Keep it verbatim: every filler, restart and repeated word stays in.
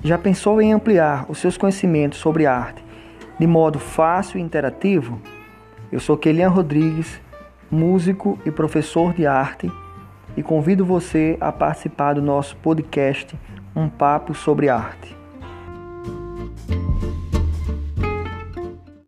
Já pensou em ampliar os seus conhecimentos sobre arte de modo fácil e interativo? Eu sou Kelian Rodrigues, músico e professor de arte, e convido você a participar do nosso podcast Um Papo sobre Arte.